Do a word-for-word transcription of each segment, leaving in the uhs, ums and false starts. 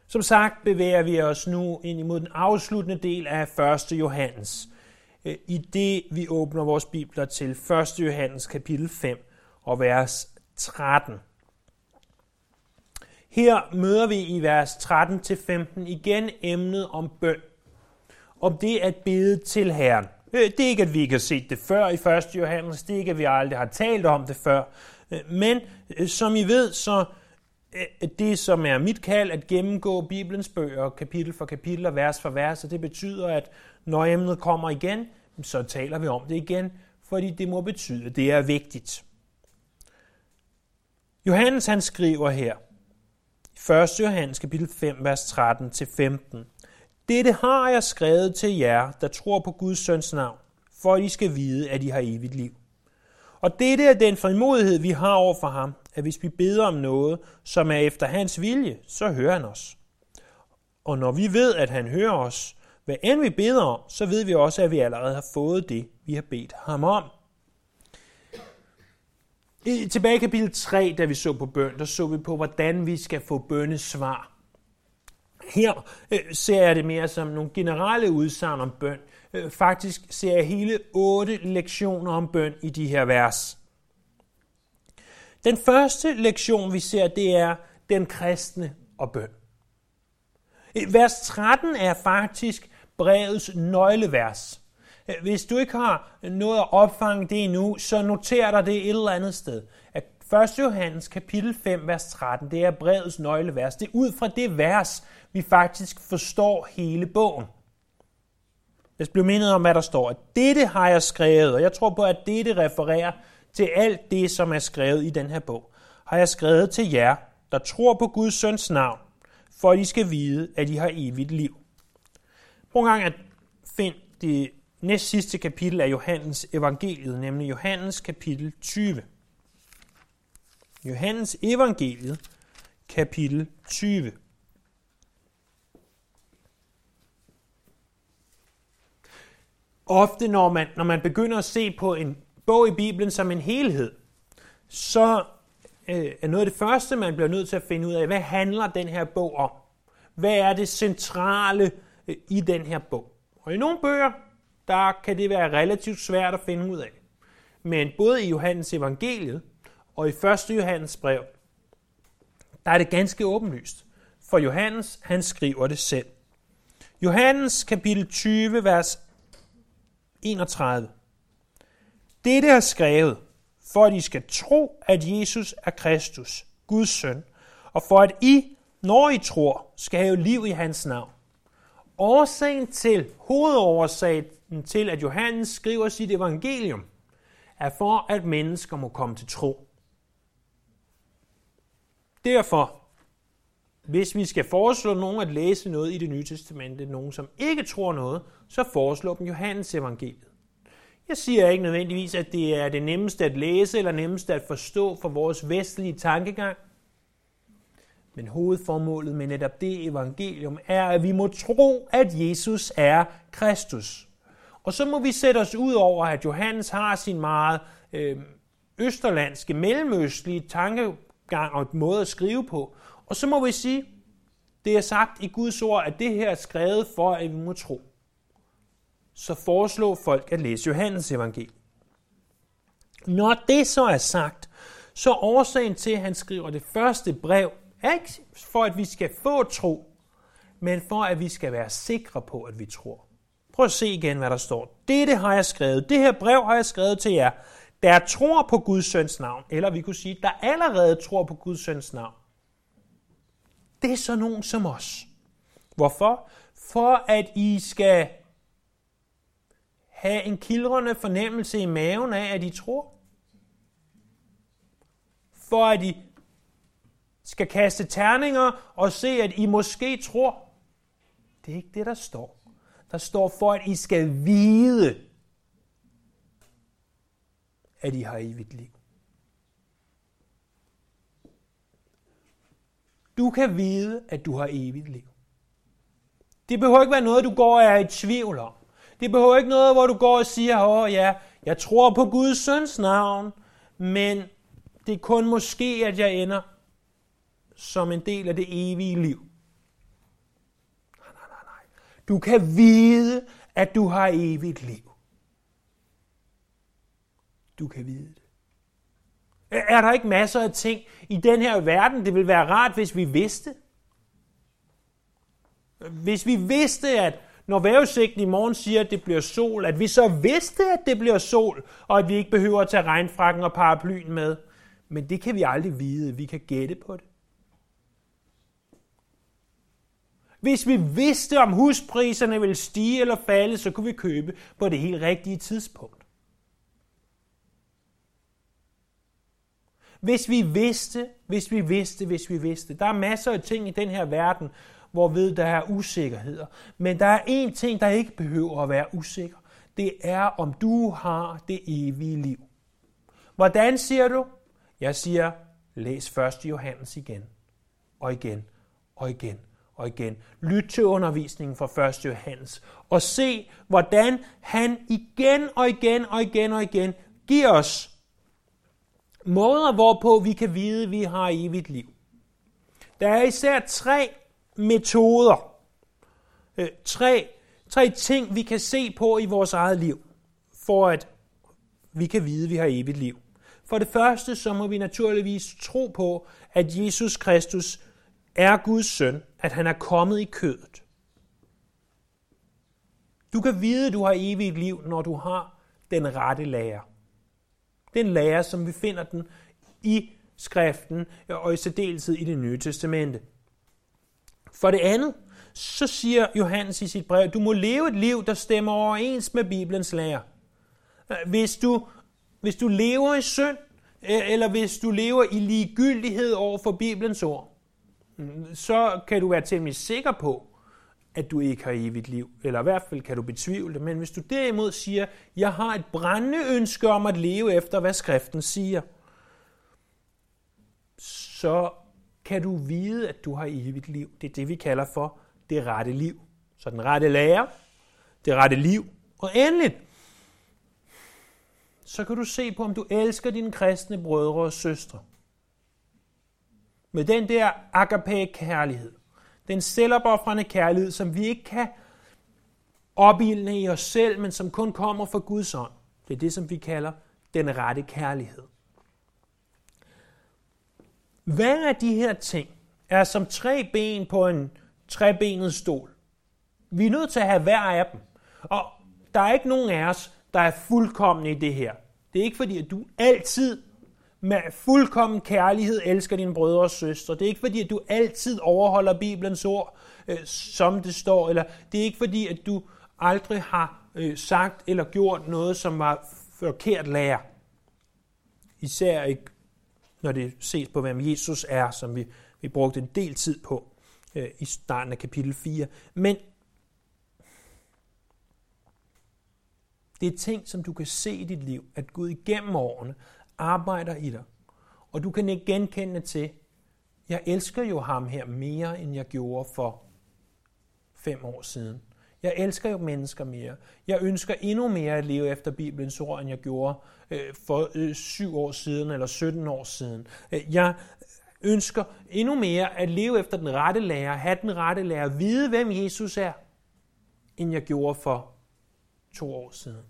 Som sagt bevæger vi os nu ind imod den afsluttende del af første Johannes, i det vi åbner vores bibler til første Johannes kapitel fem og vers tretten. Her møder vi i vers tretten til femten igen emnet om bøn. Om det at bede til Herren. Det er ikke, at vi ikke har set det før i første Johannes, det er ikke, at vi aldrig har talt om det før. Men som I ved, så det, som er mit kald, at gennemgå Bibelens bøger, kapitel for kapitel og vers for vers, og det betyder, at når emnet kommer igen, så taler vi om det igen, fordi det må betyde, at det er vigtigt. Johannes han skriver her, første Johannes kapitel fem, vers tretten til femten. Dette har jeg skrevet til jer, der tror på Guds søns navn, for at I skal vide, at I har evigt liv. Og dette er den frimodighed, vi har over for ham, at hvis vi beder om noget, som er efter hans vilje, så hører han os. Og når vi ved, at han hører os, hvad end vi beder om, så ved vi også, at vi allerede har fået det, vi har bedt ham om. I, tilbage i kapitel tre, da vi så på bøn, der så vi på, hvordan vi skal få bønnesvar. Her øh, ser jeg det mere som nogle generelle udsagn om bøn. Øh, faktisk ser jeg hele otte lektioner om bøn i de her vers. Den første lektion, vi ser, det er den kristne og bøn. Vers tretten er faktisk brevets nøglevers. Hvis du ikke har noget at opfange det endnu, så noter dig det et eller andet sted. At første Johannes kapitel fem, vers tretten, det er brevets nøglevers. Det er ud fra det vers, vi faktisk forstår hele bogen. Jeg bliver mindet om, hvad der står. At dette har jeg skrevet, og jeg tror på, at dette refererer til alt det, som er skrevet i den her bog. Har jeg skrevet til jer, der tror på Guds søns navn, for at I skal vide, at I har evigt liv. Prøv en gang at finde det næst sidste kapitel af Johannes evangeliet, nemlig Johannes kapitel tyve. Johannes evangeliet, kapitel tyve. Ofte når man, når man begynder at se på en bog i Bibelen som en helhed, så øh, er noget af det første, man bliver nødt til at finde ud af, hvad handler den her bog om? Hvad er det centrale øh, i den her bog? Og i nogle bøger, der kan det være relativt svært at finde ud af. Men både i Johannes evangeliet og i første Johannes brev, der er det ganske åbenlyst. For Johannes, han skriver det selv. Johannes kapitel tyve, vers enogtredive. Dette er skrevet, for at I skal tro, at Jesus er Kristus, Guds søn, og for at I, når I tror, skal have liv i hans navn. Årsagen til, hovedårsagen til, at Johannes skriver sit evangelium, er for, at mennesker må komme til tro. Derfor, hvis vi skal foreslå nogen at læse noget i Det Nye Testamente, nogen som ikke tror noget, så foreslår dem Johannes evangeliet. Jeg siger ikke nødvendigvis, at det er det nemmeste at læse eller nemmeste at forstå for vores vestlige tankegang. Men hovedformålet med netop det evangelium er, at vi må tro, at Jesus er Kristus. Og så må vi sætte os ud over, at Johannes har sin meget øh, østerlandske, mellemøstlige tankegang og måde at skrive på. Og så må vi sige, det er sagt i Guds ord, at det her er skrevet for, at vi må tro. Så foreslår folk at læse Johannes evangeliet. Når det så er sagt, så årsagen til, at han skriver det første brev, er ikke for, at vi skal få tro, men for, at vi skal være sikre på, at vi tror. Prøv at se igen, hvad der står. Dette har jeg skrevet. Det her brev har jeg skrevet til jer, der tror på Guds søns navn. Eller vi kunne sige, der allerede tror på Guds søns navn. Det er så nogen som os. Hvorfor? For at I skal have en kildrende fornemmelse i maven af, at I tror. For at I skal kaste terninger og se, at I måske tror. Det er ikke det, der står. Der står for, at I skal vide, at I har evigt liv. Du kan vide, at du har evigt liv. Det behøver ikke være noget, du går og er i tvivl om. Det behøver ikke noget, hvor du går og siger, åh ja, jeg tror på Guds søns navn, men det er kun måske, at jeg ender som en del af det evige liv. Du kan vide, at du har evigt liv. Du kan vide det. Er der ikke masser af ting i den her verden, det ville være rart, hvis vi vidste? Hvis vi vidste, at når vejrudsigten i morgen siger, at det bliver sol, at vi så vidste, at det bliver sol, og at vi ikke behøver at tage regnfrakken og paraplyen med. Men det kan vi aldrig vide. Vi kan gætte på det. Hvis vi vidste, om huspriserne ville stige eller falde, så kunne vi købe på det helt rigtige tidspunkt. Hvis vi vidste, hvis vi vidste, hvis vi vidste. Der er masser af ting i den her verden, hvorved der er usikkerheder. Men der er én ting, der ikke behøver at være usikker. Det er, om du har det evige liv. Hvordan siger du? Jeg siger, læs første Johannes igen, og igen, og igen, og igen. Lyt til undervisningen fra første Johannes, og se, hvordan han igen og igen og igen og igen giver os måder, hvorpå vi kan vide, at vi har evigt liv. Der er især tre metoder, øh, tre, tre ting, vi kan se på i vores eget liv, for at vi kan vide, at vi har evigt liv. For det første, så må vi naturligvis tro på, at Jesus Kristus er Guds søn, at han er kommet i kødet. Du kan vide, at du har evigt liv, når du har den rette lære. Den lære, som vi finder den i skriften, og i særdeleshed i det nye testamente. For det andet, så siger Johannes i sit brev, du må leve et liv, der stemmer overens med Bibelens lære. Hvis du, hvis du lever i synd, eller hvis du lever i ligegyldighed over for Bibelens ord, så kan du være temmelig sikker på, at du ikke har evigt liv. Eller i hvert fald kan du betvivle det. Men hvis du derimod siger, jeg har et brændende ønske om at leve efter, hvad skriften siger, så kan du vide, at du har evigt liv. Det er det, vi kalder for det rette liv. Så den rette lære, det rette liv. Og endeligt, så kan du se på, om du elsker dine kristne brødre og søstre. Med den der agape-kærlighed. Den selvopoffrende kærlighed, som vi ikke kan opildne i os selv, men som kun kommer fra Guds ånd. Det er det, som vi kalder den rette kærlighed. Hver af de her ting er som tre ben på en trebenet stol. Vi er nødt til at have hver af dem. Og der er ikke nogen af os, der er fuldkommen i det her. Det er ikke fordi, at du altid med fuldkommen kærlighed elsker dine brødre og søstre. Det er ikke fordi, at du altid overholder Bibelens ord, øh, som det står. Eller det er ikke fordi, at du aldrig har øh, sagt eller gjort noget, som var forkert lære. Især ikke, når det ses på, hvem Jesus er, som vi, vi brugte en del tid på øh, i starten af kapitel fire. Men det er ting, som du kan se i dit liv, at Gud igennem årene arbejder i dig. Og du kan ikke genkende til, jeg elsker jo ham her mere, end jeg gjorde for fem år siden. Jeg elsker jo mennesker mere. Jeg ønsker endnu mere at leve efter Bibelens ord, end jeg gjorde øh, for øh, syv år siden eller sytten år siden. Jeg ønsker endnu mere at leve efter den rette lære, have den rette lære, vide, hvem Jesus er, end jeg gjorde for to år siden.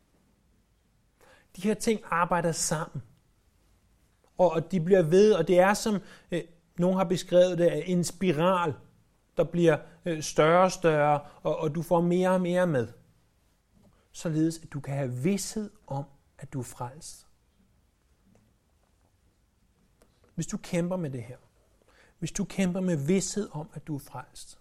De her ting arbejder sammen, og de bliver ved, og det er som øh, nogen har beskrevet det, en spiral, der bliver øh, større og større, og, og du får mere og mere med. Således at du kan have vished om, at du er frelst. Hvis du kæmper med det her, hvis du kæmper med vished om, at du er frelst,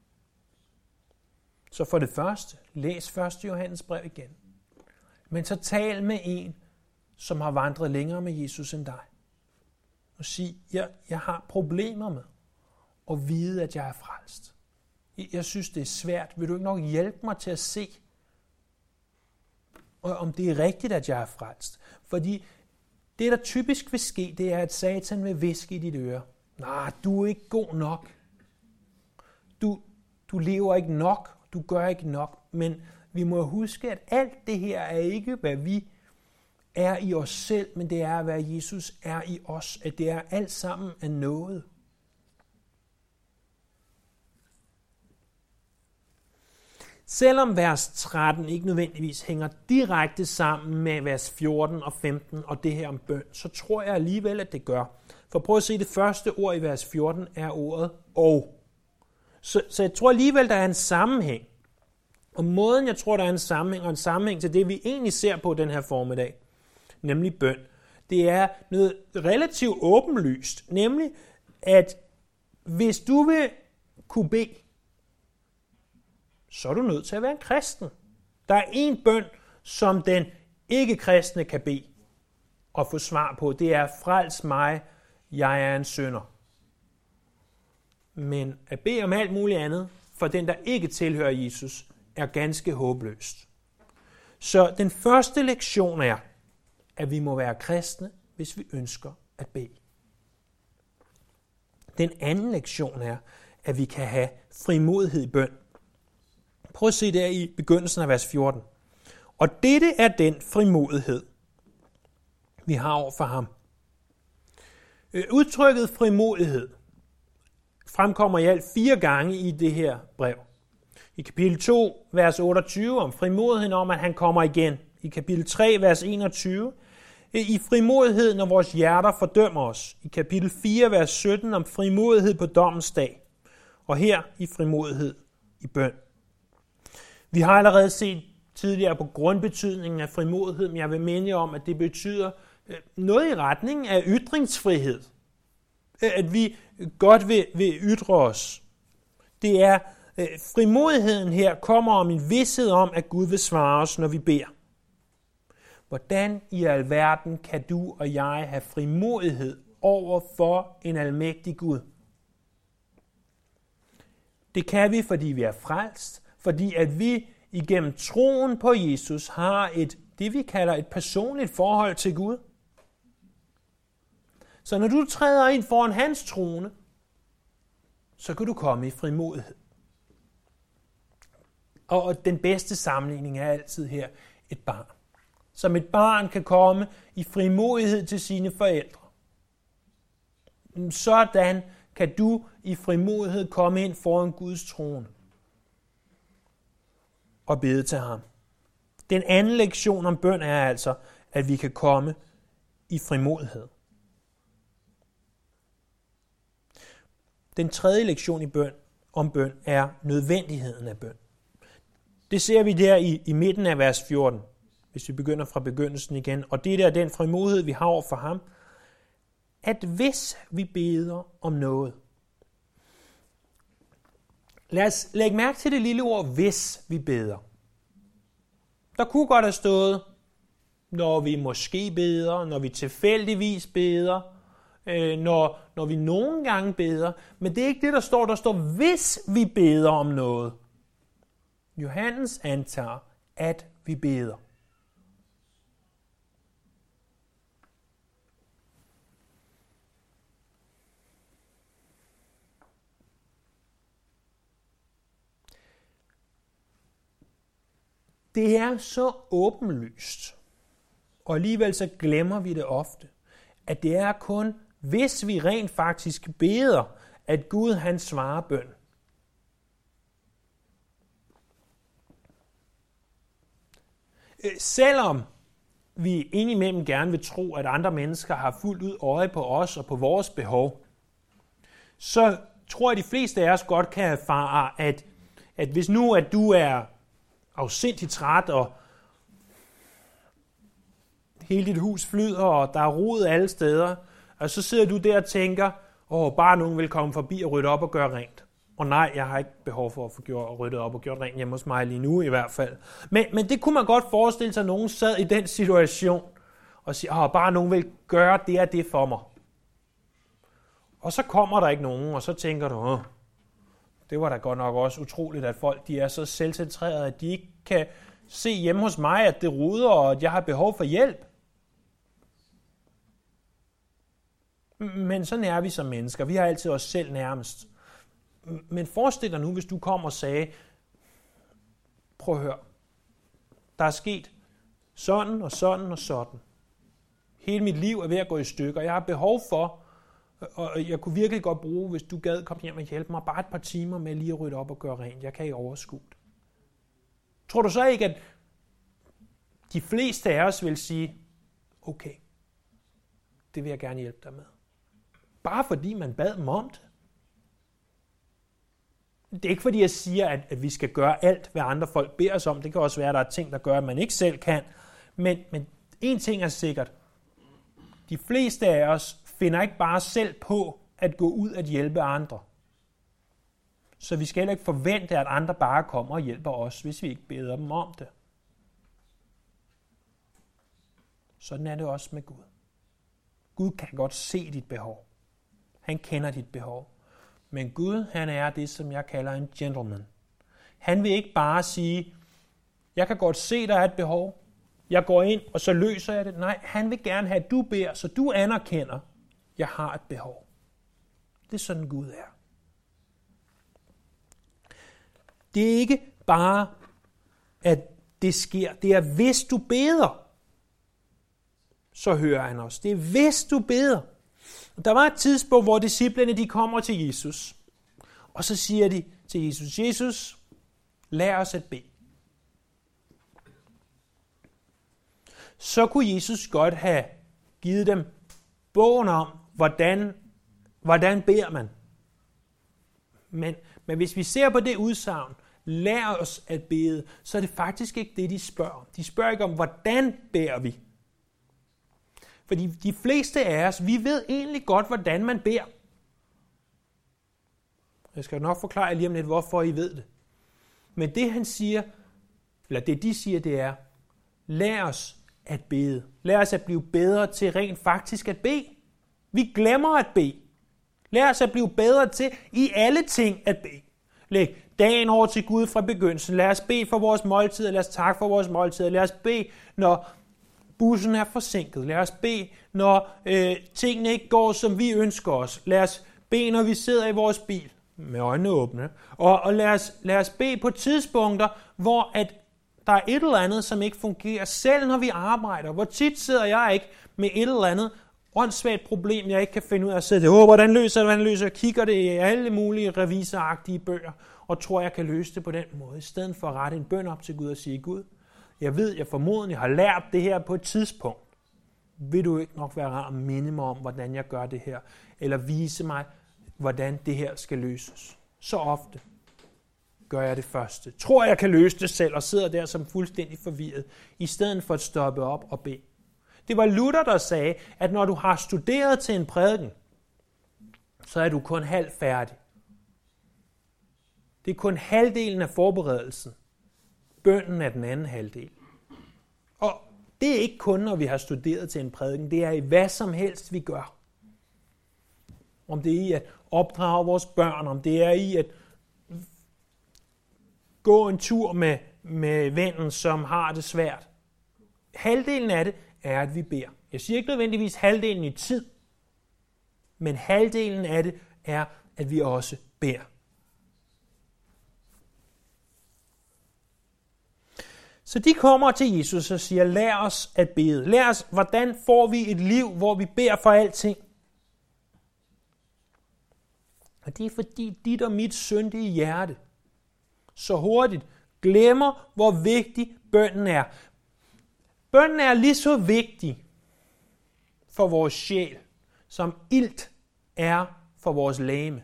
så for det første, læs første Johannes brev igen. Men så tal med en, som har vandret længere med Jesus end dig. Og sig, jeg, jeg har problemer med at vide, at jeg er frelst. Jeg synes, det er svært. Vil du ikke nok hjælpe mig til at se, om det er rigtigt, at jeg er frelst? Fordi det, der typisk vil ske, det er, at Satan vil hviske i dit øre. Nej, du er ikke god nok. Du, du lever ikke nok. Du gør ikke nok. Men vi må huske, at alt det her er ikke, hvad vi er i os selv, men det er, hvad Jesus er i os. At det er alt sammen af noget. Selvom vers tretten ikke nødvendigvis hænger direkte sammen med vers fjorten og femten og det her om bøn, så tror jeg alligevel, at det gør. For prøv at se, det første ord i vers fjorten er ordet og. Så, så jeg tror alligevel, der er en sammenhæng. Og måden, jeg tror, der er en sammenhæng, og en sammenhæng til det, vi egentlig ser på den her formiddag, nemlig bøn, det er noget relativt åbenlyst, nemlig at hvis du vil kunne bede, så er du nødt til at være en kristen. Der er en bøn, som den ikke-kristne kan bede og få svar på. Det er, frels mig, jeg er en synder. Men at bede om alt muligt andet, for den, der ikke tilhører Jesus, er ganske håbløst. Så den første lektion er, at vi må være kristne, hvis vi ønsker at bede. Den anden lektion er, at vi kan have frimodighed i bøn. Prøv at se der i begyndelsen af vers fjorten. Og dette er den frimodighed, vi har over for ham. Udtrykket frimodighed fremkommer i alt fire gange i det her brev. I kapitel to, vers otteogtyve, om frimodigheden om, at han kommer igen. I kapitel tre, vers enogtyve, i frimodighed, når vores hjerter fordømmer os. I kapitel fire, vers sytten, om frimodighed på dommens dag. Og her i frimodighed i bøn. Vi har allerede set tidligere på grundbetydningen af frimodighed, men jeg vil minde om, at det betyder noget i retning af ytringsfrihed. At vi godt vil, vil ytre os. Det er frimodigheden her kommer om en vished om, at Gud vil svare os, når vi beder. Hvordan i alverden kan du og jeg have frimodighed over for en almægtig Gud? Det kan vi, fordi vi er frelst, fordi at vi igennem troen på Jesus har et, det vi kalder et personligt forhold til Gud. Så når du træder ind foran hans trone, så kan du komme i frimodighed. Og den bedste sammenligning er altid her et barn. Som et barn kan komme i frimodighed til sine forældre. Sådan kan du i frimodighed komme ind foran Guds trone og bede til ham. Den anden lektion om bøn er altså, at vi kan komme i frimodighed. Den tredje lektion i bøn om bøn er nødvendigheden af bøn. Det ser vi der i, i midten af vers fjorten, hvis vi begynder fra begyndelsen igen. Og det er den frimodighed, vi har over for ham, at hvis vi beder om noget. Lad os lægge mærke til det lille ord, hvis vi beder. Der kunne godt have stået, når vi måske beder, når vi tilfældigvis beder, øh, når, når vi nogle gange beder. Men det er ikke det, der står. Der står, hvis vi beder om noget. Johannes antager, at vi beder. Det er så åbenlyst, og alligevel så glemmer vi det ofte, at det er kun, hvis vi rent faktisk beder, at Gud han svarer bøn. Selvom vi indimellem gerne vil tro, at andre mennesker har fuldt ud øje på os og på vores behov, så tror jeg, at de fleste af os godt kan erfare, at, at hvis nu at du er afsindigt træt, og hele dit hus flyder, og der er rod alle steder, og så sidder du der og tænker, åh, bare nogen vil komme forbi og rydde op og gøre rent. Og nej, jeg har ikke behov for at få gjort, ryddet op og gjort rent hjemme hos mig lige nu i hvert fald. Men, men det kunne man godt forestille sig, at nogen sad i den situation og siger, åh, bare nogen vil gøre det og det for mig. Og så kommer der ikke nogen, og så tænker du, åh, det var da godt nok også utroligt, at folk de er så selvcentrerede, at de ikke kan se hjemme hos mig, at det ruder, og at jeg har behov for hjælp. Men sådan er vi som mennesker. Vi har altid os selv nærmest. Men forestil dig nu, hvis du kom og sagde, prøv at høre, der er sket sådan og sådan og sådan. Hele mit liv er ved at gå i stykker. Jeg har behov for, og jeg kunne virkelig godt bruge, hvis du gad komme hjem og hjælpe mig bare et par timer med lige at rydde op og gøre rent. Jeg kan ikke overskue det. tror du så ikke, at de fleste af os vil sige, okay, det vil jeg gerne hjælpe dig med. Bare fordi man bad dem om det. Det er ikke fordi, jeg siger, at, at vi skal gøre alt, hvad andre folk beder os om. Det kan også være, at der er ting, der gør, at man ikke selv kan. Men, men en ting er sikkert. De fleste af os finder ikke bare selv på at gå ud at hjælpe andre. Så vi skal heller ikke forvente, at andre bare kommer og hjælper os, hvis vi ikke beder dem om det. Sådan er det også med Gud. Gud kan godt se dit behov. Han kender dit behov. Men Gud, han er det, som jeg kalder en gentleman. Han vil ikke bare sige, jeg kan godt se, der er et behov. Jeg går ind, og så løser jeg det. Nej, han vil gerne have, at du beder, så du anerkender, jeg har et behov. Det er sådan, Gud er. Det er ikke bare, at det sker. Det er, hvis du beder, så hører han os. Det er, hvis du beder. Der var et tidspunkt, hvor disciplene de kommer til Jesus, og så siger de til Jesus, Jesus, lær os at bede. Så kunne Jesus godt have givet dem bogen om, hvordan, hvordan beder man. Men, men hvis vi ser på det udsagn, lær os at bede, så er det faktisk ikke det, de spørger om. De spørger ikke om, hvordan beder vi. Fordi de fleste af os, vi ved egentlig godt, hvordan man beder. Jeg skal nok forklare lige om lidt, hvorfor I ved det. Men det han siger, eller det de siger, det er, lær os at bede. Lær os at blive bedre til rent faktisk at bede. Vi glemmer at bede. Lær os at blive bedre til i alle ting at bede. Læg dagen over til Gud fra begyndelsen. Lad os bede for vores måltider. Lad os takke for vores måltider. Lad os bede, når bussen er forsinket. Lad os bede, når øh, tingene ikke går, som vi ønsker os. Lad os bede, når vi sidder i vores bil med øjnene åbne. Og, og lad, os, lad os bede på tidspunkter, hvor at der er et eller andet, som ikke fungerer. Selv når vi arbejder. Hvor tit sidder jeg ikke med et eller andet åndssvagt problem, jeg ikke kan finde ud af at sætte. Åh, hvordan løser det, hvordan løser jeg? Kigger det i alle mulige revisoragtige bøger, og tror, jeg kan løse det på den måde. I stedet for at rette en bøn op til Gud og sige, Gud, jeg ved, jeg formodentlig har lært det her på et tidspunkt. Vil du ikke nok være rar at minde mig om, hvordan jeg gør det her? Eller vise mig, hvordan det her skal løses? Så ofte gør jeg det første. Tror, jeg kan løse det selv, og sidder der som fuldstændig forvirret, i stedet for at stoppe op og bede. Det var Luther, der sagde, at når du har studeret til en prædiken, så er du kun halvt færdig. Det er kun halvdelen af forberedelsen. Bønnen er den anden halvdel. Og det er ikke kun, når vi har studeret til en prædiken. Det er i hvad som helst, vi gør. Om det er i at opdrage vores børn, om det er i at gå en tur med, med vennen, som har det svært. Halvdelen af det er, at vi beder. Jeg siger ikke nødvendigvis halvdelen i tid, men halvdelen af det er, at vi også beder. Så de kommer til Jesus og siger, lær os at bede. Lær os, hvordan får vi et liv, hvor vi beder for alting. Og det er fordi dit og mit syndige hjerte så hurtigt glemmer, hvor vigtig bønnen er. Bønnen er lige så vigtig for vores sjæl, som ilt er for vores legeme.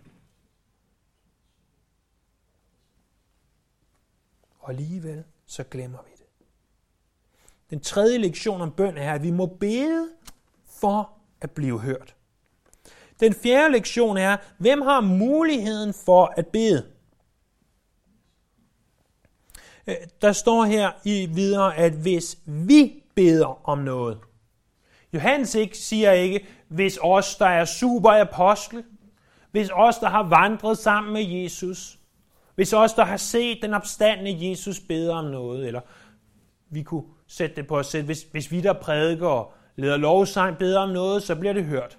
Og alligevel så glemmer vi det. Den tredje lektion om bøn er, at vi må bede for at blive hørt. Den fjerde lektion er, hvem har muligheden for at bede? Der står her i videre, at hvis vi beder om noget. Johannes ikke siger ikke, hvis os, der er super apostle, hvis os, der har vandret sammen med Jesus, hvis os, der har set den opstandne Jesus beder om noget, eller vi kunne sætte det på os selv, hvis, hvis vi der prædiker og leder lovsang beder om noget, så bliver det hørt.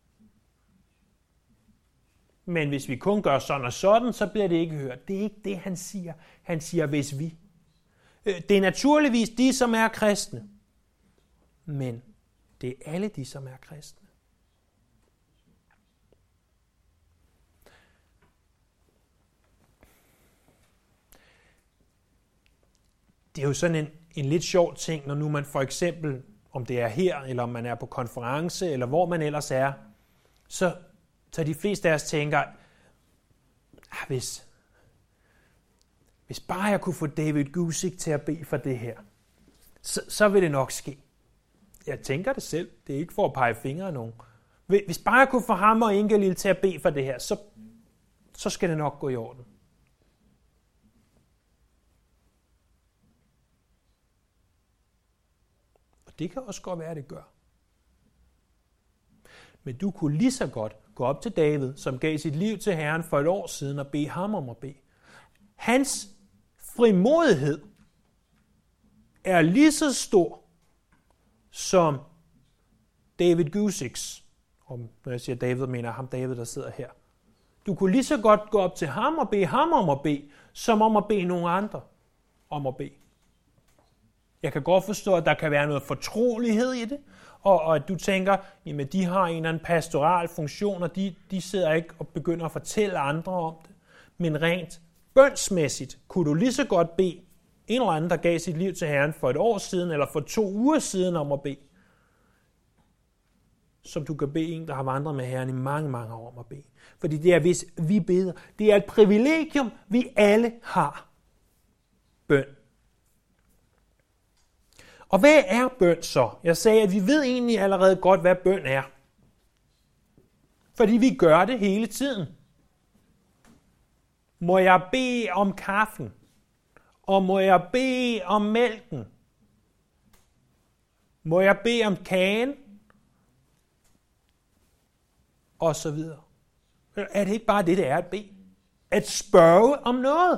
Men hvis vi kun gør sådan og sådan, så bliver det ikke hørt. Det er ikke det, han siger. Han siger, hvis vi. Det er naturligvis de, som er kristne. Men det er alle de, som er kristne. det er jo sådan en, en lidt sjov ting, når nu man for eksempel, om det er her, eller om man er på konference, eller hvor man ellers er, så, så de fleste af os tænker, ah, hvis, hvis bare jeg kunne få David Guzik til at bede for det her, så, så vil det nok ske. Jeg tænker det selv. Det er ikke for at pege fingre af nogen. Hvis bare jeg kunne få ham og Inge-Lille til at bede for det her, så, så skal det nok gå i orden. Og det kan også godt være, at det gør. Men du kunne lige så godt gå op til David, som gav sit liv til Herren for et år siden, og bede ham om at bede. Hans frimodighed er lige så stor som David Guziks. Og når jeg siger David, mener jeg ham David, der sidder her. Du kunne lige så godt gå op til ham og bede ham om at bede, som om at bede nogle andre om at bede. Jeg kan godt forstå, at der kan være noget fortrolighed i det, og, og at du tænker, jamen de har en eller anden pastoral funktion, og de, de sidder ikke og begynder at fortælle andre om det. Men rent bønsmæssigt kunne du lige så godt bede en eller anden, der gav sit liv til Herren for et år siden, eller for to uger siden om at bede, som du kan bede en, der har vandret med Herren i mange, mange år om at bede. Fordi det er, hvis vi beder, det er et privilegium, vi alle har. Bøn. Og hvad er bøn så? Jeg sagde, at vi ved egentlig allerede godt, hvad bøn er. Fordi vi gør det hele tiden. Må jeg bede om kaffen? Og må jeg bede om mælken? Må jeg bede om kagen? Og så videre. Er det ikke bare det, det er at bede? At spørge om noget.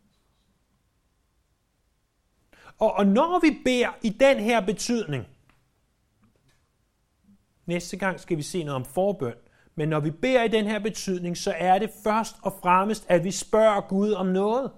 Og, og når vi beder i den her betydning, næste gang skal vi se noget om forbøn, men når vi beder i den her betydning, så er det først og fremmest, at vi spørger Gud om noget.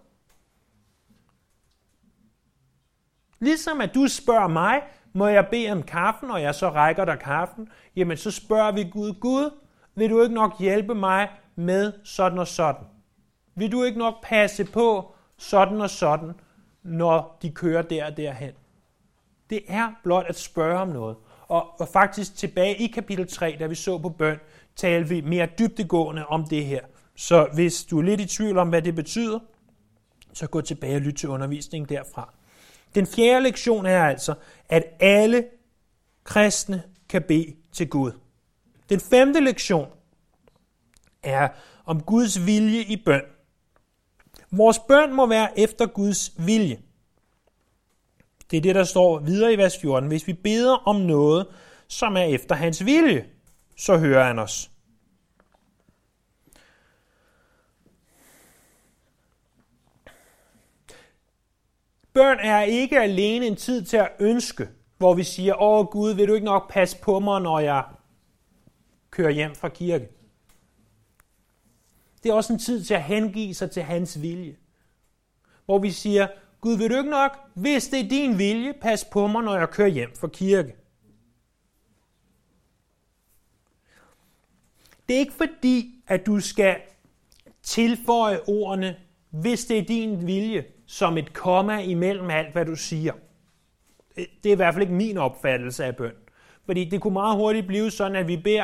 Ligesom at du spørger mig, må jeg bede om kaffen, og jeg så rækker dig kaffen, jamen så spørger vi Gud, Gud, vil du ikke nok hjælpe mig med sådan og sådan? Vil du ikke nok passe på sådan og sådan, når de kører der og derhen? Det er blot at spørge om noget. Og, og faktisk tilbage i kapitel tre, da vi så på bøn, talte vi mere dybdegående om det her. Så hvis du er lidt i tvivl om, hvad det betyder, så gå tilbage og lyt til undervisningen derfra. Den fjerde lektion er altså, at alle kristne kan bede til Gud. Den femte lektion er om Guds vilje i bøn. Vores bøn må være efter Guds vilje. Det er det, der står videre i vers fjorten. Hvis vi beder om noget, som er efter hans vilje, så hører han os. Bøn er ikke alene en tid til at ønske, hvor vi siger, åh Gud, vil du ikke nok passe på mig, når jeg kører hjem fra kirke? Det er også en tid til at hengive sig til hans vilje. Hvor vi siger, Gud, vil du ikke nok, hvis det er din vilje, pas på mig, når jeg kører hjem fra kirke. Det er ikke fordi, at du skal tilføje ordene, hvis det er din vilje, som et komma imellem alt, hvad du siger. Det er i hvert fald ikke min opfattelse af bøn. Fordi det kunne meget hurtigt blive sådan, at vi beder,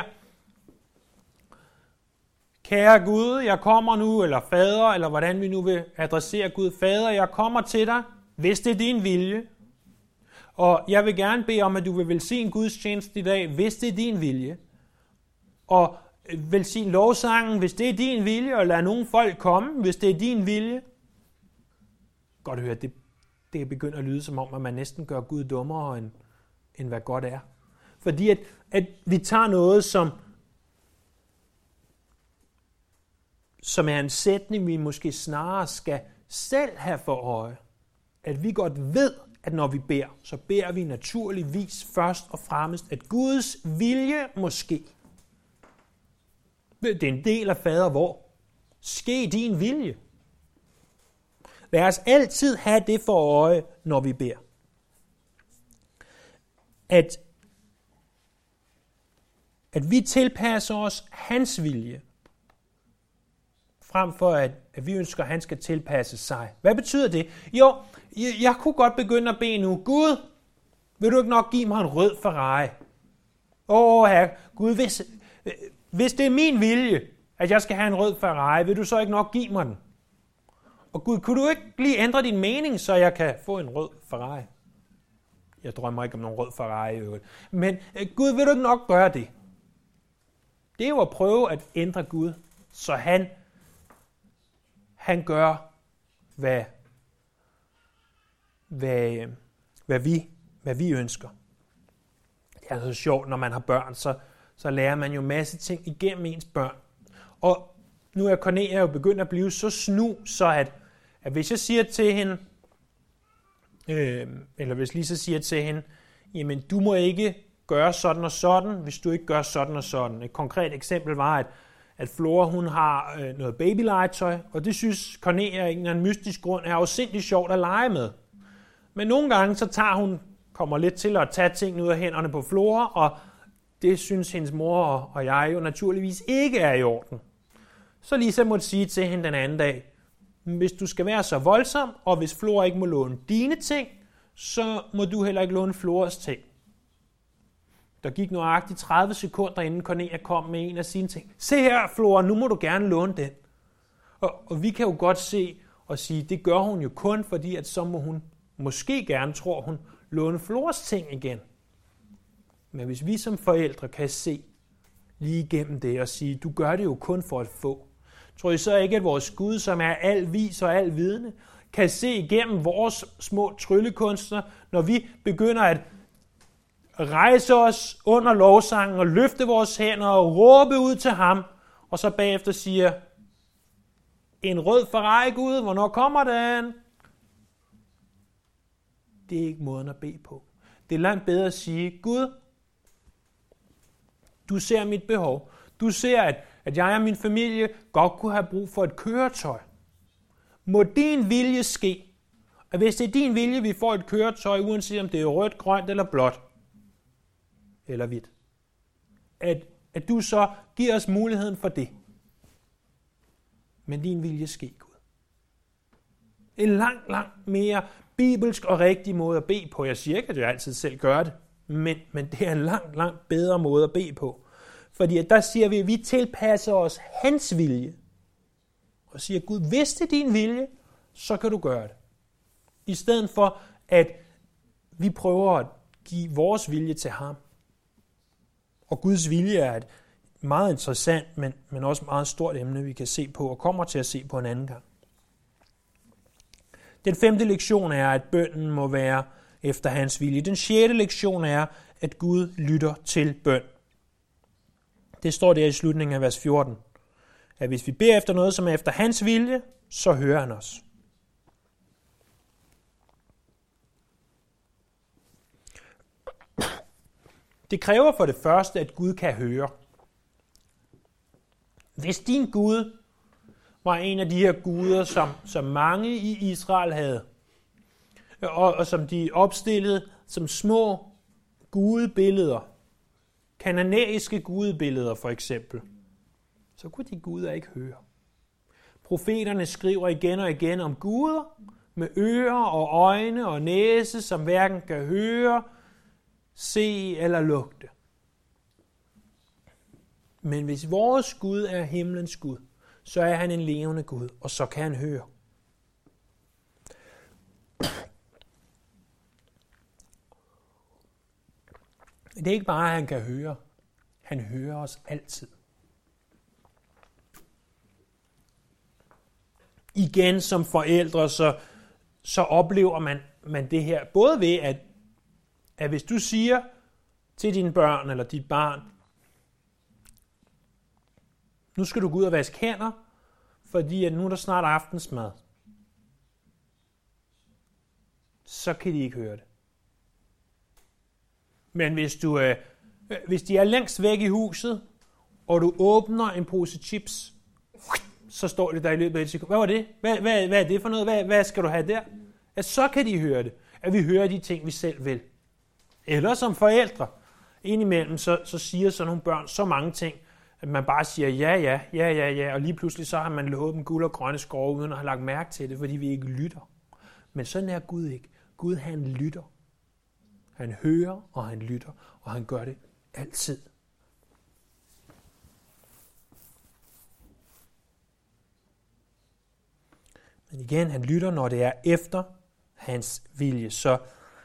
kære Gud, jeg kommer nu, eller fader, eller hvordan vi nu vil adressere Gud. Fader, jeg kommer til dig, hvis det er din vilje. Og jeg vil gerne bede om, at du vil velsigne Guds tjeneste i dag, hvis det er din vilje. Og velsigne lovsangen, hvis det er din vilje, og lad nogle folk komme, hvis det er din vilje. Godt høre, det, det begynder at lyde som om, at man næsten gør Gud dummere, end, end hvad godt er. Fordi at, at vi tager noget, som som er en sætning, vi måske snarere skal selv have for øje. At vi godt ved, at når vi beder, så beder vi naturligvis først og fremmest, at Guds vilje må ske. Det er en del af fader hvor. Ske din vilje. Lad os altid have det for øje, når vi beder. At, at vi tilpasser os hans vilje. frem for at, at vi ønsker, at han skal tilpasse sig. Hvad betyder det? Jo, jeg, jeg kunne godt begynde at bede nu. Gud, vil du ikke nok give mig en rød Ferrari? Åh, herre, Gud, hvis, hvis det er min vilje, at jeg skal have en rød Ferrari, vil du så ikke nok give mig den? Og Gud, kunne du ikke lige ændre din mening, så jeg kan få en rød Ferrari? Jeg drømmer ikke om nogen rød Ferrari i øvrigt. Men Gud, vil du ikke nok gøre det? Det er jo at prøve at ændre Gud, så han, han gør, hvad, hvad, hvad, vi, hvad vi ønsker. Det er altså sjovt, når man har børn, så, så lærer man jo masse ting igennem ens børn. Og nu er Cornelia jo begyndt at blive så snu, så at, at hvis jeg siger til hende, øh, eller hvis Lisa siger til hende, jamen du må ikke gøre sådan og sådan, hvis du ikke gør sådan og sådan. Et konkret eksempel var, at, at Flora hun har øh, noget babylegetøj, og det synes Cornelia af en eller anden mystisk grund er jo sindssygt sjovt at lege med. Men nogle gange så tager hun, kommer lidt til at tage tingene ud af hænderne på Flora, og det synes hendes mor og jeg jo naturligvis ikke er i orden. Så Lisa måtte sige til hende den anden dag, hvis du skal være så voldsom, og hvis Flora ikke må låne dine ting, så må du heller ikke låne Floras ting. Der gik nøjagtigt tredive sekunder, inden Cornelia kom med en af sine ting. Se her, Flora, nu må du gerne låne den. Og, og vi kan jo godt se og sige, det gør hun jo kun, fordi at så må hun måske gerne, tror hun, låne Floras ting igen. Men hvis vi som forældre kan se lige igennem det og sige, du gør det jo kun for at få, tror I så ikke, at vores Gud, som er alvis og alvidende, kan se igennem vores små tryllekunster, når vi begynder at rejse os under lovsangen og løfte vores hænder og råbe ud til ham, og så bagefter siger, en rød Ferrari, Gud, hvornår kommer den? Det er ikke måden at bede på. Det er langt bedre at sige, Gud, du ser mit behov. Du ser, at, at jeg og min familie godt kunne have brug for et køretøj. Må din vilje ske. Og hvis det er din vilje, vi får et køretøj, uanset om det er rødt, grønt eller blåt, eller hvidt, at, at du så giver os muligheden for det. Men din vilje ske, Gud. En langt, langt mere bibelsk og rigtig måde at bede på. Jeg siger ikke, at jeg altid selv gør det, men, men det er en langt, langt bedre måde at bede på. Fordi at der siger vi, at vi tilpasser os hans vilje. Og siger, Gud, hvis det er din vilje, så kan du gøre det. I stedet for, at vi prøver at give vores vilje til ham. Og Guds vilje er et meget interessant, men, men også meget stort emne, vi kan se på og kommer til at se på en anden gang. Den femte lektion er, at bønnen må være efter hans vilje. Den sjette lektion er, at Gud lytter til bøn. Det står der i slutningen af vers fjorten. At hvis vi beder efter noget, som er efter hans vilje, så hører han os. Det kræver for det første, at Gud kan høre. Hvis din Gud var en af de her guder, som, som mange i Israel havde, og, og som de opstillede som små gudebilleder, kananæiske gudebilleder for eksempel, så kunne de guder ikke høre. Profeterne skriver igen og igen om guder med ører og øjne og næse, som hverken kan høre, se eller lugte. Men hvis vores Gud er himlens Gud, så er han en levende Gud, og så kan han høre. Det er ikke bare, at han kan høre. Han hører os altid. Igen som forældre, så, så oplever man, man det her, både ved, at, at hvis du siger til dine børn eller dit barn, nu skal du gå ud og vaske hænder, fordi at nu er der snart aftensmad, så kan de ikke høre det. Men hvis, du, øh, hvis de er længst væk i huset, og du åbner en pose chips, så står det der i løbet af et sekund. Hvad var det? Hvad, hvad, hvad er det for noget? Hvad, hvad skal du have der? Ja, så kan de høre det. At vi hører de ting, vi selv vil. Eller som forældre. Indimellem så, så siger sådan nogle børn så mange ting, At man bare siger ja, ja, ja, ja, ja, og lige pludselig så har man lovet dem guld og grønne skove, uden at have lagt mærke til det, fordi vi ikke lytter. Men sådan er Gud ikke. Gud, han lytter. Han hører, og han lytter, og han gør det altid. Men igen, han lytter, når det er efter hans vilje. Så,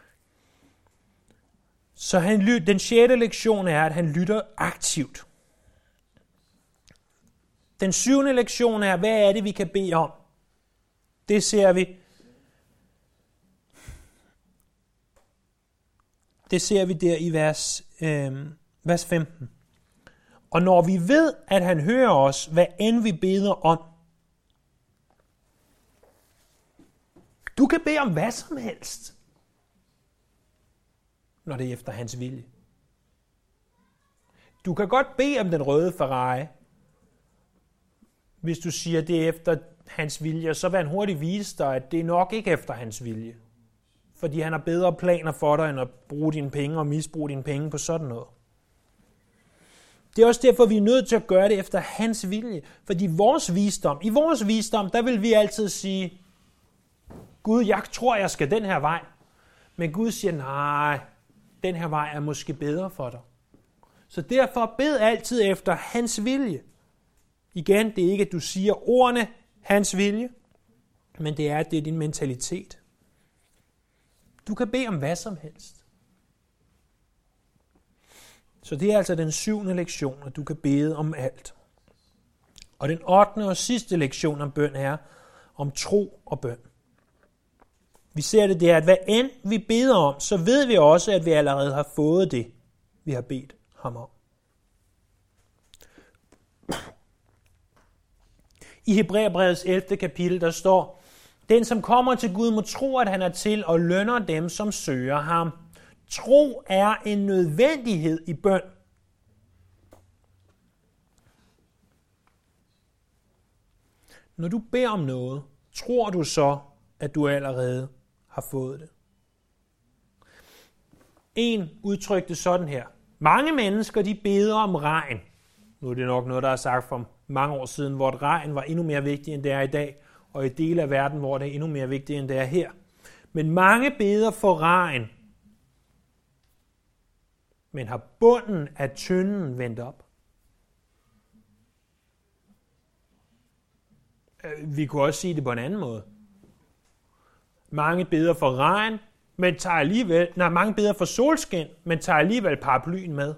så han lyt, den sjette lektion er, at han lytter aktivt. Den syvende lektion er, hvad er det, vi kan bede om? Det ser vi. Det ser vi der i vers, øh, vers femten. Og når vi ved, at han hører os, hvad end vi beder om. Du kan bede om hvad som helst, når det er efter hans vilje. Du kan godt bede om den røde Ferrari, hvis du siger, det er efter hans vilje, så vil han hurtigt vise dig, at det er nok ikke efter hans vilje. Fordi han har bedre planer for dig, end at bruge dine penge og misbruge dine penge på sådan noget. Det er også derfor, vi er nødt til at gøre det efter hans vilje. Fordi vores visdom, i vores visdom, der vil vi altid sige, Gud, jeg tror, jeg skal den her vej. Men Gud siger, nej, den her vej er måske bedre for dig. Så derfor bed altid efter hans vilje. Igen, det er ikke, at du siger ordene hans vilje, men det er, at det er din mentalitet. Du kan bede om hvad som helst. Så det er altså den syvende lektion, at du kan bede om alt. Og den ottende og sidste lektion om bøn er om tro og bøn. Vi ser det der, at hvad end vi beder om, så ved vi også, at vi allerede har fået det, vi har bedt ham om. I Hebræerbrevets ellevte kapitel, der står, den som kommer til Gud må tro, at han er til og lønner dem, som søger ham. Tro er en nødvendighed i bøn. Når du beder om noget, tror du så, at du allerede har fået det? En udtrykte sådan her. Mange mennesker, de beder om regn. Nu er det nok noget, der er sagt for mange år siden, hvor regn var endnu mere vigtigt, end det er i dag, og i dele af verden, hvor det er endnu mere vigtigt, end det er her. Men mange beder for regn, men har bunden af tønden vendt op. Vi kunne også sige det på en anden måde. Mange beder for regn, men tager alligevel, nej, mange beder for solskin, men tager alligevel paraplyen med.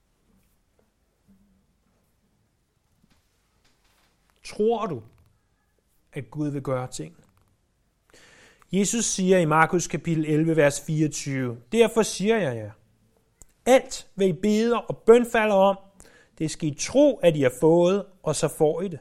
Tror du, at Gud vil gøre ting? Jesus siger i Markus kapitel elleve, vers fireogtyve, derfor siger jeg jer, alt hvad I beder og bønfalder om, det skal I tro, at I har fået, og så får I det.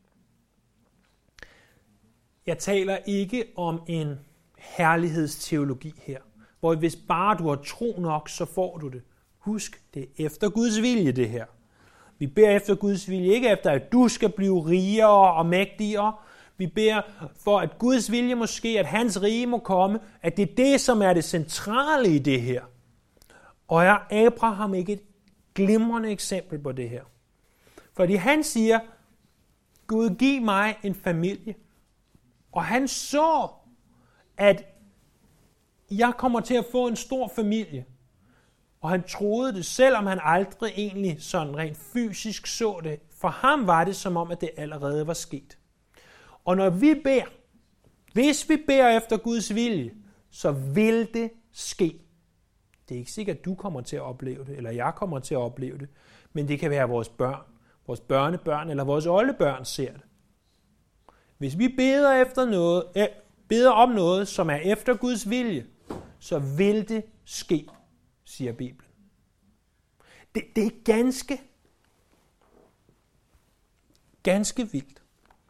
Jeg taler ikke om en herlighedsteologi her, hvor hvis bare du har tro nok, så får du det. Husk, det er efter Guds vilje det her. Vi beder efter Guds vilje, ikke efter at du skal blive rigere og mægtigere. Vi beder for at Guds vilje måske, at hans rige må komme, at det er det, som er det centrale i det her. Og er Abraham ikke et glimrende eksempel på det her? Fordi han siger, Gud, giv mig en familie. Og han så, at jeg kommer til at få en stor familie. Og han troede det, selvom han aldrig egentlig sådan rent fysisk så det. For ham var det som om, at det allerede var sket. Og når vi beder, hvis vi beder efter Guds vilje, så vil det ske. Det er ikke sikkert, at du kommer til at opleve det, eller jeg kommer til at opleve det, men det kan være vores børn, vores børnebørn eller vores oldebørn ser det. Hvis vi beder, efter noget, øh, beder om noget, som er efter Guds vilje, så vil det ske, siger Bibelen. Det, det er ganske, ganske vildt.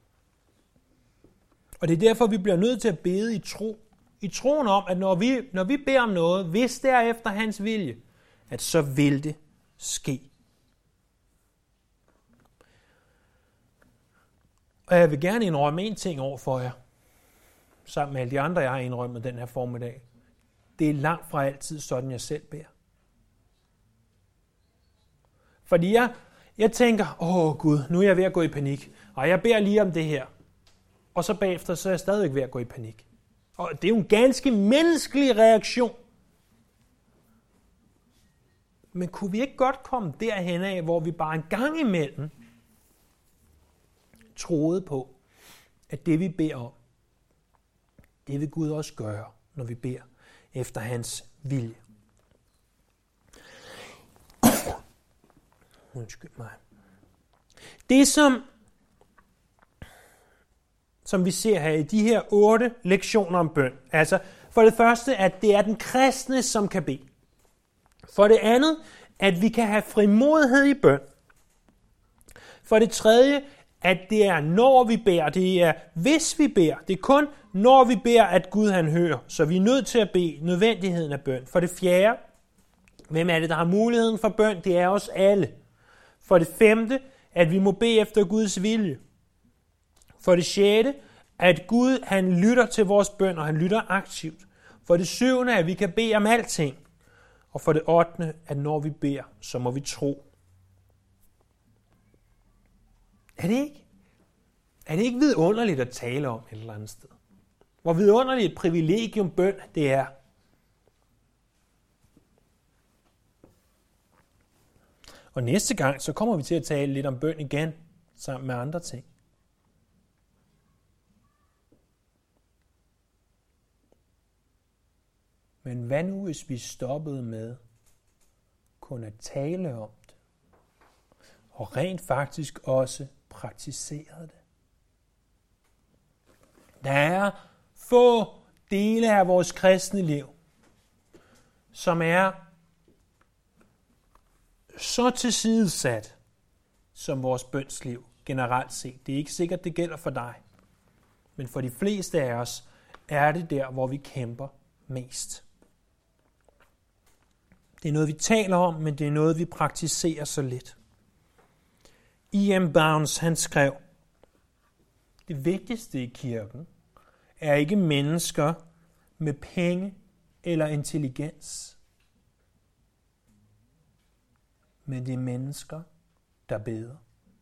Og det er derfor, vi bliver nødt til at bede i tro. I troen om, at når vi, når vi beder om noget, hvis det er efter hans vilje, at så vil det ske. Og jeg vil gerne indrømme en ting over for jer, sammen med alle de andre, jeg har indrømmet den her formiddag. Det er langt fra altid sådan, jeg selv beder. Fordi jeg, Jeg tænker, åh Gud, nu er jeg ved at gå i panik, og jeg beder lige om det her. Og så bagefter, så er jeg stadigvæk ved at gå i panik. Og det er jo en ganske menneskelig reaktion. Men kunne vi ikke godt komme derhen af, hvor vi bare en gang imellem troede på, at det vi beder om, det vil Gud også gøre, når vi beder efter hans vilje. Undskyld mig. Det som, som vi ser her i de her otte lektioner om bøn, altså for det første, at det er den kristne, som kan bede. For det andet, at vi kan have frimodighed i bøn. For det tredje, at det er når vi beder, det er hvis vi beder, det er kun når vi beder, at Gud han hører. Så vi er nødt til at bede nødvendigheden af bøn. For det fjerde, hvem er det, der har muligheden for bøn? Det er os alle. For det femte, at vi må bede efter Guds vilje. For det sjette, at Gud han lytter til vores bøn, og han lytter aktivt. For det syvende, at vi kan bede om alting. Og for det ottende, at når vi beder, så må vi tro. Er det ikke? Er det ikke vidunderligt at tale om et eller andet sted? Hvor vidunderligt et privilegium bøn det er. Og næste gang, så kommer vi til at tale lidt om bøn igen, sammen med andre ting. Men hvad nu, hvis vi stoppede med kun at tale om det, og rent faktisk også praktiserede det? Der er få dele af vores kristne liv, som er så tilsidesat som vores bønsliv generelt set. Det er ikke sikkert, det gælder for dig. Men for de fleste af os er det der, hvor vi kæmper mest. Det er noget, vi taler om, men det er noget, vi praktiserer så lidt. E M Bounds, han skrev, det vigtigste i kirken er ikke mennesker med penge eller intelligens, men det er mennesker, der beder.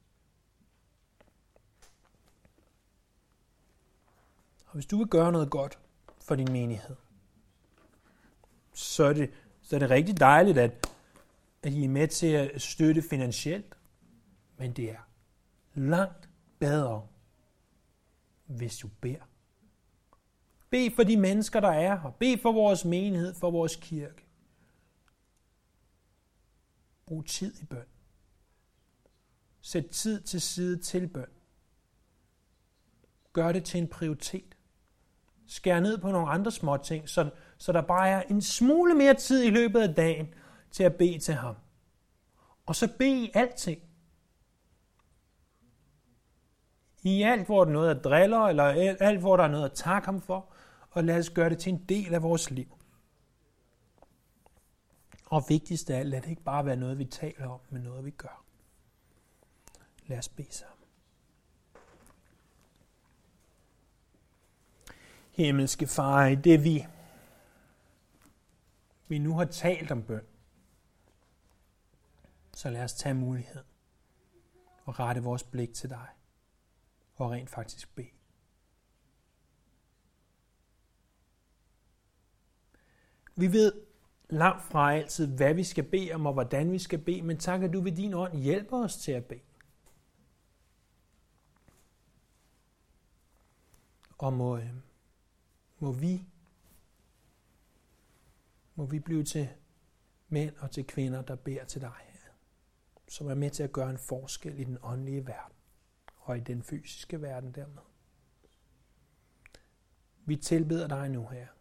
Og hvis du vil gøre noget godt for din menighed, så er det, så er det rigtig dejligt, at, at I er med til at støtte finansielt, men det er langt bedre, hvis du beder. Bed for de mennesker, der er her. Bed for vores menighed, for vores kirke. Brug tid i bøn. Sæt tid til side til bøn. Gør det til en prioritet. Skær ned på nogle andre små ting, så, så der bare er en smule mere tid i løbet af dagen til at bede til ham. Og så bed i alting. I alt, hvor der er noget at driller, eller alt, hvor der er noget at takke ham for, og lad os gøre det til en del af vores liv. Og vigtigst af alt, lad det ikke bare være noget, vi taler om, men noget, vi gør. Lad os bede sammen. Himmelske Far, i det vi, vi nu har talt om bøn, så lad os tage muligheden og rette vores blik til dig og rent faktisk bede. Vi ved langt fra altid, hvad vi skal bede om og hvordan vi skal bede, men tak, at du ved din ånd hjælper os til at bede. Og må, øh, må vi må vi blive til mænd og til kvinder, der beder til dig, her, som er med til at gøre en forskel i den åndelige verden og i den fysiske verden dermed. Vi tilbeder dig nu, her.